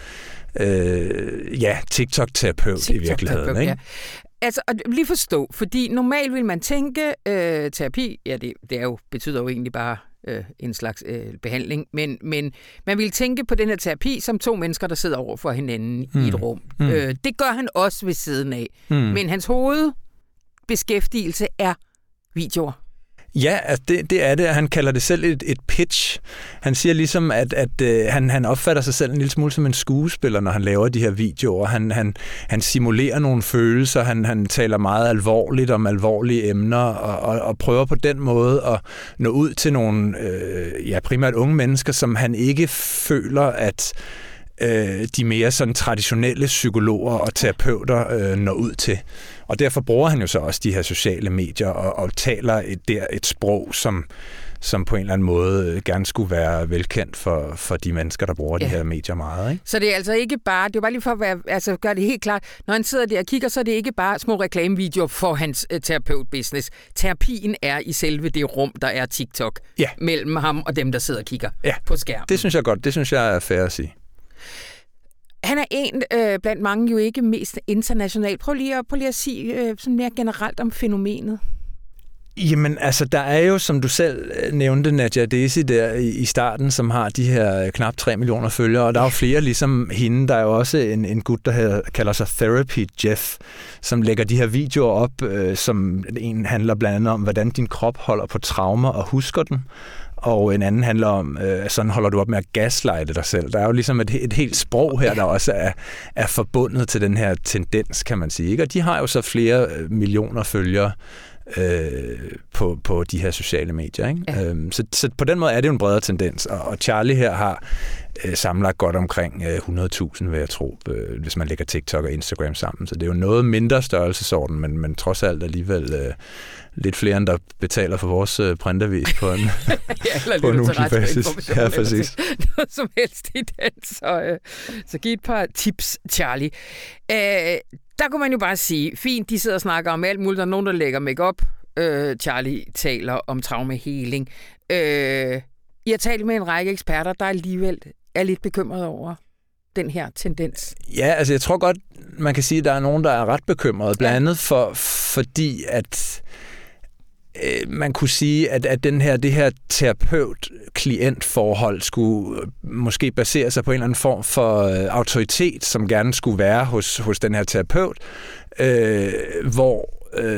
øh, ja, TikTok-terapeut TikTok i virkeligheden. Ikke? Ja. Altså, lige forstå, fordi normalt vil man tænke, øh, terapi, ja, det, det er jo, betyder jo egentlig bare øh, en slags øh, behandling, men, men man vil tænke på den her terapi som to mennesker, der sidder over for hinanden mm. i et rum. Mm. Øh, det gør han også ved siden af. Mm. Men hans hovedbeskæftigelse er videoer. Ja, altså det, det er det. Han kalder det selv et, et pitch. Han siger ligesom, at, at øh, han, han opfatter sig selv en lille smule som en skuespiller, når han laver de her videoer. Han, han, han simulerer nogle følelser, han, han taler meget alvorligt om alvorlige emner, og, og, og prøver på den måde at nå ud til nogle, øh, ja, primært unge mennesker, som han ikke føler, at øh, de mere sådan traditionelle psykologer og terapeuter øh, når ud til. Og derfor bruger han jo så også de her sociale medier og, og taler et, der et sprog, som, som på en eller anden måde gerne skulle være velkendt for, for de mennesker, der bruger ja. de her medier meget. Ikke? Så det er altså ikke bare, det er bare lige for at være, altså, gøre det helt klart, når han sidder der og kigger, så er det ikke bare små reklamevideoer for hans uh, terapeut-business. Terapien er i selve det rum, der er TikTok, ja. mellem ham og dem, der sidder og kigger ja. på skærmen. Det synes jeg godt, det synes jeg er fair at sige. Han er en øh, blandt mange jo ikke mest international. Prøv lige at, prøv lige at sige øh, sådan mere generelt om fænomenet. Jamen, altså, der er jo, som du selv nævnte, Nadia Desi der i, i starten, som har de her knap tre millioner følgere, og der er jo flere ligesom hende. Der er jo også en, en gut, der her, kalder sig Therapy Jeff, som lægger de her videoer op, øh, som en handler blandt andet om, hvordan din krop holder på traumer og husker den. Og en anden handler om, øh, sådan holder du op med at gaslighte dig selv. Der er jo ligesom et, et helt sprog her, der også er, er forbundet til den her tendens, kan man sige. Ikke? Og de har jo så flere øh, millioner følgere øh, på, på de her sociale medier. Ikke? Ja. Øhm, så, så på den måde er det jo en bredere tendens. Og, og Charlie her har øh, samlet godt omkring øh, hundrede tusind, vil jeg tro, øh, hvis man lægger TikTok og Instagram sammen. Så det er jo noget mindre størrelsesorden, men, men trods alt alligevel... Øh, lidt flere, end der betaler for vores øh, printavis på en, ja, på en ugentlig basis. Ja, præcis. Noget som helst i den. Så, øh, så giv et par tips, Charlie. Øh, der kunne man jo bare sige, fint, de sidder og snakker om alt muligt. Der er nogen, der lægger make-up. Øh, Charlie taler om traumehealing. Øh, jeg har talt med en række eksperter, der alligevel er lidt bekymret over den her tendens? Ja, altså jeg tror godt, man kan sige, at der er nogen, der er ret bekymrede. Blandt andet for, fordi, at øh, man kunne sige, at, at den her, det her terapeut-klient-forhold skulle måske basere sig på en eller anden form for øh, autoritet, som gerne skulle være hos, hos den her terapeut, øh, hvor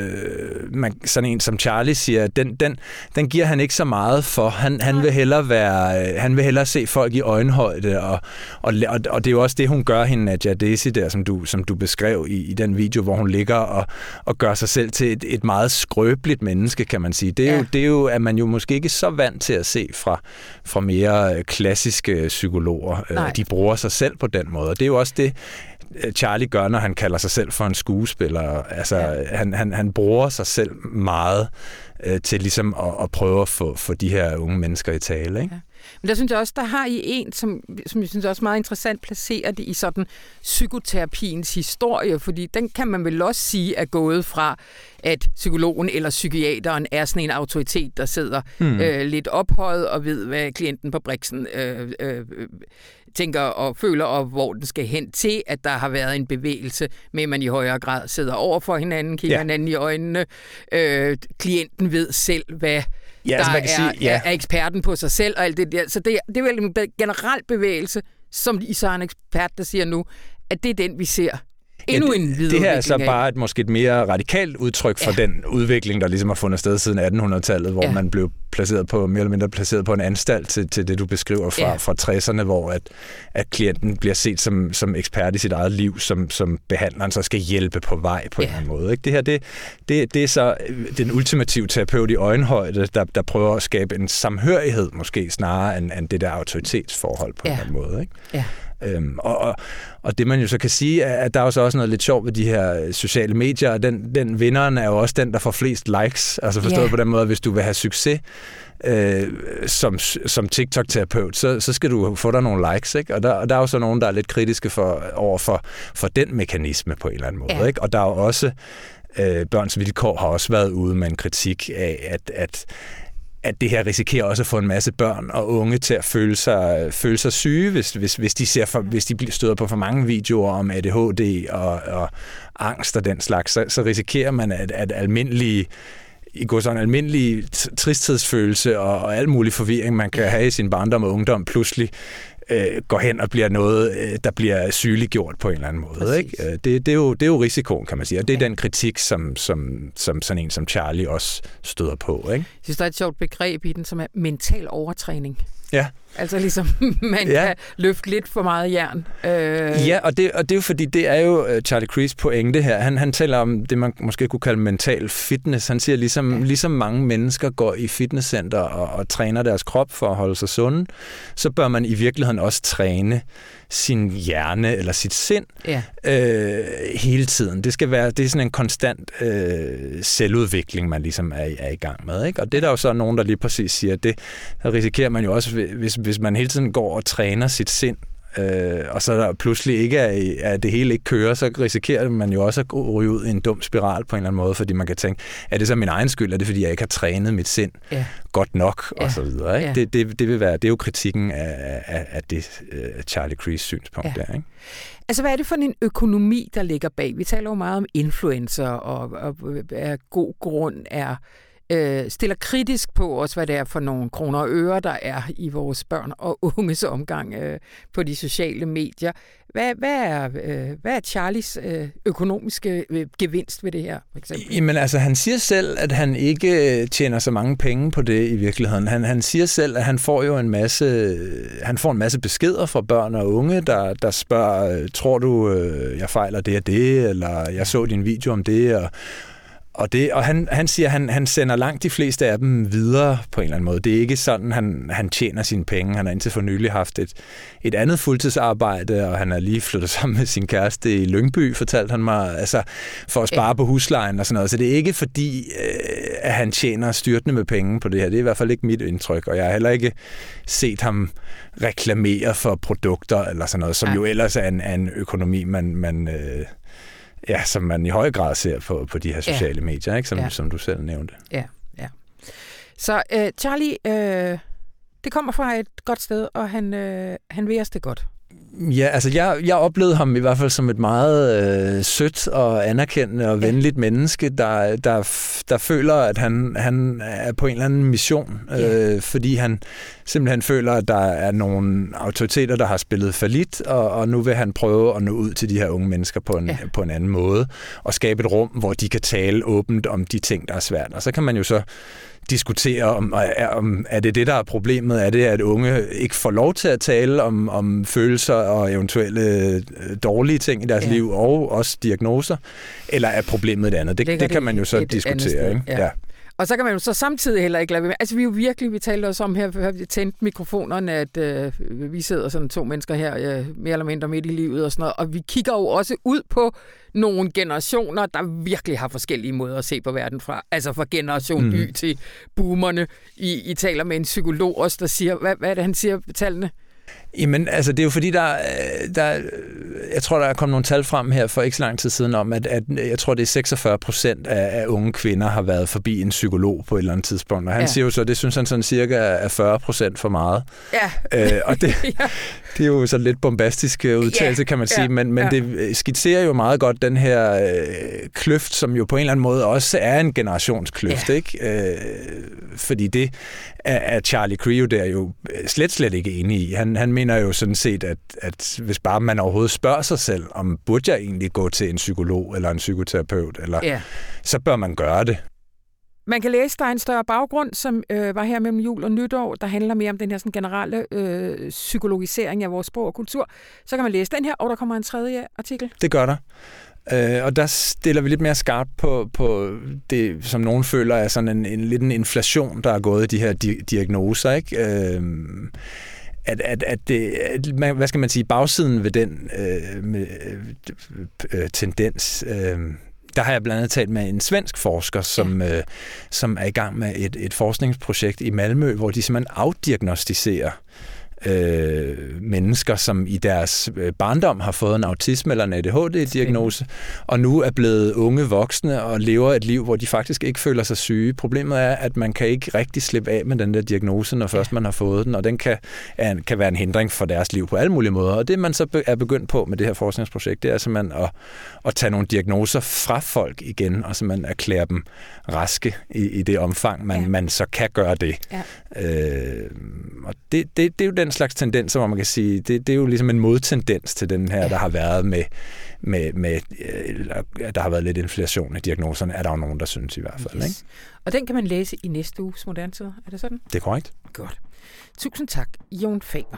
Øh, man, sådan en som Charlie siger, den, den, den giver han ikke så meget for. Han, han vil hellere være, han vil hellere se folk i øjenhøjde, og, og, og det er jo også det, hun gør, hende Nadia Daisy der, som du, som du beskrev i, i den video, hvor hun ligger og, og gør sig selv til et, et meget skrøbeligt menneske, kan man sige. Det er, ja. jo, det er jo, at man jo måske ikke så vant til at se fra, fra mere klassiske psykologer. Nej. De bruger sig selv på den måde, og det er jo også det, Charlie gør, når han kalder sig selv for en skuespiller. Altså, ja. han, han, han bruger sig selv meget øh, til ligesom at, at prøve at få, få de her unge mennesker i tale, ikke? Ja. Men der synes jeg også, der har I en, som, som jeg synes også meget interessant placeret i sådan psykoterapiens historie, fordi den kan man vel også sige er gået fra, at psykologen eller psykiateren er sådan en autoritet, der sidder hmm. øh, lidt ophøjet og ved, hvad klienten på briksen øh, øh, tænker og føler, og hvor den skal hen til, at der har været en bevægelse med, at man i højere grad sidder over for hinanden, kigger ja. hinanden i øjnene. Øh, klienten ved selv, hvad ja, der altså, er, sige, ja. er eksperten på sig selv og alt det der. Så det, det er vel en generel bevægelse, som I så er en ekspert, der siger nu, at det er den, vi ser. Endnu en ja, det, det her er så af. bare et, måske et mere radikalt udtryk for ja. den udvikling, der ligesom har fundet sted siden attenhundredetallet, hvor ja. man blev placeret på, mere eller mindre placeret på en anstalt til, til det, du beskriver fra, ja. fra tresserne, hvor at, at klienten bliver set som, som ekspert i sit eget liv, som, som behandleren så skal hjælpe på vej på ja. en eller anden måde. Ikke? Det her, det, det, det er så den ultimative terapeut i øjenhøjde, der, der prøver at skabe en samhørighed, måske snarere end, end det der autoritetsforhold på ja. en eller anden måde. Ikke? Ja. Øhm, og, og, og det man jo så kan sige, er, at der er jo så også noget lidt sjovt ved de her sociale medier, og den, den vinderen er jo også den, der får flest likes, altså forstået yeah. på den måde, at hvis du vil have succes øh, som, som TikTok-terapeut, så, så skal du få dig nogle likes, ikke? Og der, og der er jo så nogen, der er lidt kritiske for, over for, for den mekanisme på en eller anden måde, yeah. ikke? Og der er jo også, øh, Børns Vilkår har også været ude med en kritik af, at, at at det her risikerer også at få en masse børn og unge til at føle sig, føle sig syge, hvis, hvis, hvis, de ser for, hvis de støder på for mange videoer om A D H D og, og angst og den slags, så, så risikerer man, at, at almindelige i går sådan en almindelig tristhedsfølelse og, og al mulig forvirring, man kan have i sin barndom og ungdom, pludselig øh, går hen og bliver noget, øh, der bliver sygeliggjort på en eller anden måde. Ikke? Det, det, er jo, det er jo risikoen, kan man sige, og det er ja. den kritik, som, som, som sådan en som Charlie også støder på. Ikke? Jeg synes, der er et sjovt begreb i den, som er mental overtræning. Ja. Altså ligesom, man ja. kan løfte lidt for meget jern. Øh... Ja, og det, og det er jo fordi, det er jo Charlie Crees pointe her. Han, han taler om det, man måske kunne kalde mental fitness. Han siger, ligesom, ja. ligesom mange mennesker går i fitnesscenter og, og træner deres krop for at holde sig sunde, så bør man i virkeligheden også træne sin hjerne eller sit sind ja. øh, hele tiden. Det skal være, det er sådan en konstant øh, selvudvikling, man ligesom er, er i gang med. Ikke? Og det er der jo så nogen, der lige præcis siger, det der risikerer man jo også, hvis, hvis man hele tiden går og træner sit sind, øh, og så der pludselig ikke er, er det hele ikke kører, så risikerer man jo også at ryge ud i en dum spiral på en eller anden måde, fordi man kan tænke, er det så min egen skyld, er det fordi jeg ikke har trænet mit sind ja. godt nok, ja. og så videre. Ikke? Ja. Det, det, det, vil være, det er jo kritikken af, af, af det uh, Charlie Crees synspunkt ja. der. Ikke? Altså, hvad er det for en økonomi, der ligger bag? Vi taler jo meget om influencer, og, og af god grund er øh, stiller kritisk på os, hvad det er for nogle kroner og øre, der er i vores børn og unges omgang øh, på de sociale medier. Hvad, hvad, er, øh, hvad er Charlies øh, økonomiske øh, gevinst ved det her, for eksempel? Jamen altså, han siger selv, at han ikke tjener så mange penge på det i virkeligheden. Han, han siger selv, at han får jo en masse, han får en masse beskeder fra børn og unge, der, der spørger, tror du, jeg fejler det og det, eller jeg så din video om det, og Og, det, og han, han siger, at han, han sender langt de fleste af dem videre på en eller anden måde. Det er ikke sådan, han, han tjener sine penge. Han har indtil for nylig haft et, et andet fuldtidsarbejde, og han er lige flyttet sammen med sin kæreste i Lyngby, fortalte han mig, altså for at spare ja. på huslejen og sådan noget. Så det er ikke fordi, øh, at han tjener styrtende med penge på det her. Det er i hvert fald ikke mit indtryk, og jeg har heller ikke set ham reklamere for produkter eller sådan noget, som ja. jo ellers er en, er en økonomi, man... man øh, Ja, som man i høj grad ser på, på de her sociale ja. medier, ikke? Som, ja. som du selv nævnte. Ja, ja. Så uh, Charlie, uh, det kommer fra et godt sted, og han, uh, han vil os det godt. Ja, altså jeg, jeg oplevede ham i hvert fald som et meget øh, sødt og anerkendende og venligt ja. menneske, der, der, der føler, at han, han er på en eller anden mission, ja. øh, fordi han simpelthen føler, at der er nogle autoriteter, der har spillet fallit, og, og nu vil han prøve at nå ud til de her unge mennesker på en, ja. på en anden måde, og skabe et rum, hvor de kan tale åbent om de ting, der er svært. Og så kan man jo så diskutere, om, om er det det, der er problemet? Er det, at unge ikke får lov til at tale om, om følelser og eventuelle dårlige ting i deres ja. liv, og også diagnoser? Eller er problemet det andet? Det, det, det kan man jo så diskutere. Ikke? Ja. Ja. Og så kan man jo så samtidig heller ikke lade være med. Altså vi er jo virkelig, vi talte også om her, før vi tændte mikrofonerne, at øh, vi sidder sådan to mennesker her, øh, mere eller mindre midt i livet og sådan noget, og vi kigger jo også ud på nogle generationer, der virkelig har forskellige måder at se på verden fra. Altså fra generation mm. Y til boomerne. I, I taler med en psykolog også, der siger, hvad, hvad er det, han siger på tallene? Jamen, altså, det er jo fordi, der, der, jeg tror, der er kommet nogle tal frem her for ikke så lang tid siden om, at, at jeg tror, det er seksogfyrre procent af, af unge kvinder har været forbi en psykolog på et eller andet tidspunkt. Og han ja. siger jo så, det synes han sådan cirka er fyrre procent for meget. Ja. Øh, og det, ja. det er jo så lidt bombastisk udtalelse, ja. kan man sige, ja. men, men ja. det skitserer jo meget godt den her øh, kløft, som jo på en eller anden måde også er en generationskløft, ja. ikke? Øh, fordi det er Charlie Creo der jo slet, slet ikke enig i. Han, han mener jo sådan set, at, at hvis bare man overhovedet spørger sig selv, om burde jeg egentlig gå til en psykolog eller en psykoterapeut, eller, ja. så bør man gøre det. Man kan læse, der er en større baggrund, som øh, var her mellem jul og nytår, der handler mere om den her sådan, generelle øh, psykologisering af vores sprog og kultur. Så kan man læse den her, og der kommer en tredje artikel. Det gør der. Øh, og der stiller vi lidt mere skarpt på, på det, som nogen føler er sådan en, en lidt en inflation, der er gået i de her di- diagnoser, ikke? Øh, At, at, at det, at, hvad skal man sige, bagsiden ved den øh, med, øh, tendens, øh, der har jeg blandt andet talt med en svensk forsker, som, ja. øh, som er i gang med et, et forskningsprojekt i Malmø, hvor de simpelthen afdiagnostiserer øh, mennesker, som i deres barndom har fået en autisme eller en A D H D-diagnose, og nu er blevet unge voksne og lever et liv, hvor de faktisk ikke føler sig syge. Problemet er, at man kan ikke rigtig slippe af med den der diagnose, når først man har fået den, og den kan, er, kan være en hindring for deres liv på alle mulige måder. Og det, man så er begyndt på med det her forskningsprojekt, det er simpelthen at, at tage nogle diagnoser fra folk igen, og simpelthen erklære dem raske i, i det omfang, man, ja. man så kan gøre det. Ja. Øh, og det, det, det er jo den slags tendenser, hvor man kan sige, det, det er jo ligesom en modtendens til den her, ja. der har været med, med, med øh, der har været lidt inflation i diagnoserne, er der jo nogen, der synes i hvert fald. Yes. Ikke? Og den kan man læse i næste uges Moderne Tider. Er det sådan? Det er korrekt. Godt. Tusind tak, Jon Faber.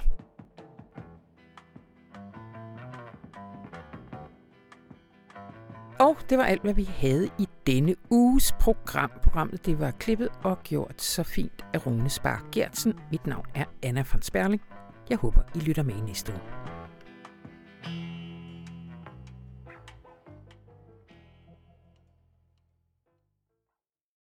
Og det var alt, hvad vi havde i denne uges program. Programmet det var klippet og gjort så fint af Rune Spar Gertsen. Mit navn er Anna von Sperling. Jeg håber, I lytter med i næste uge.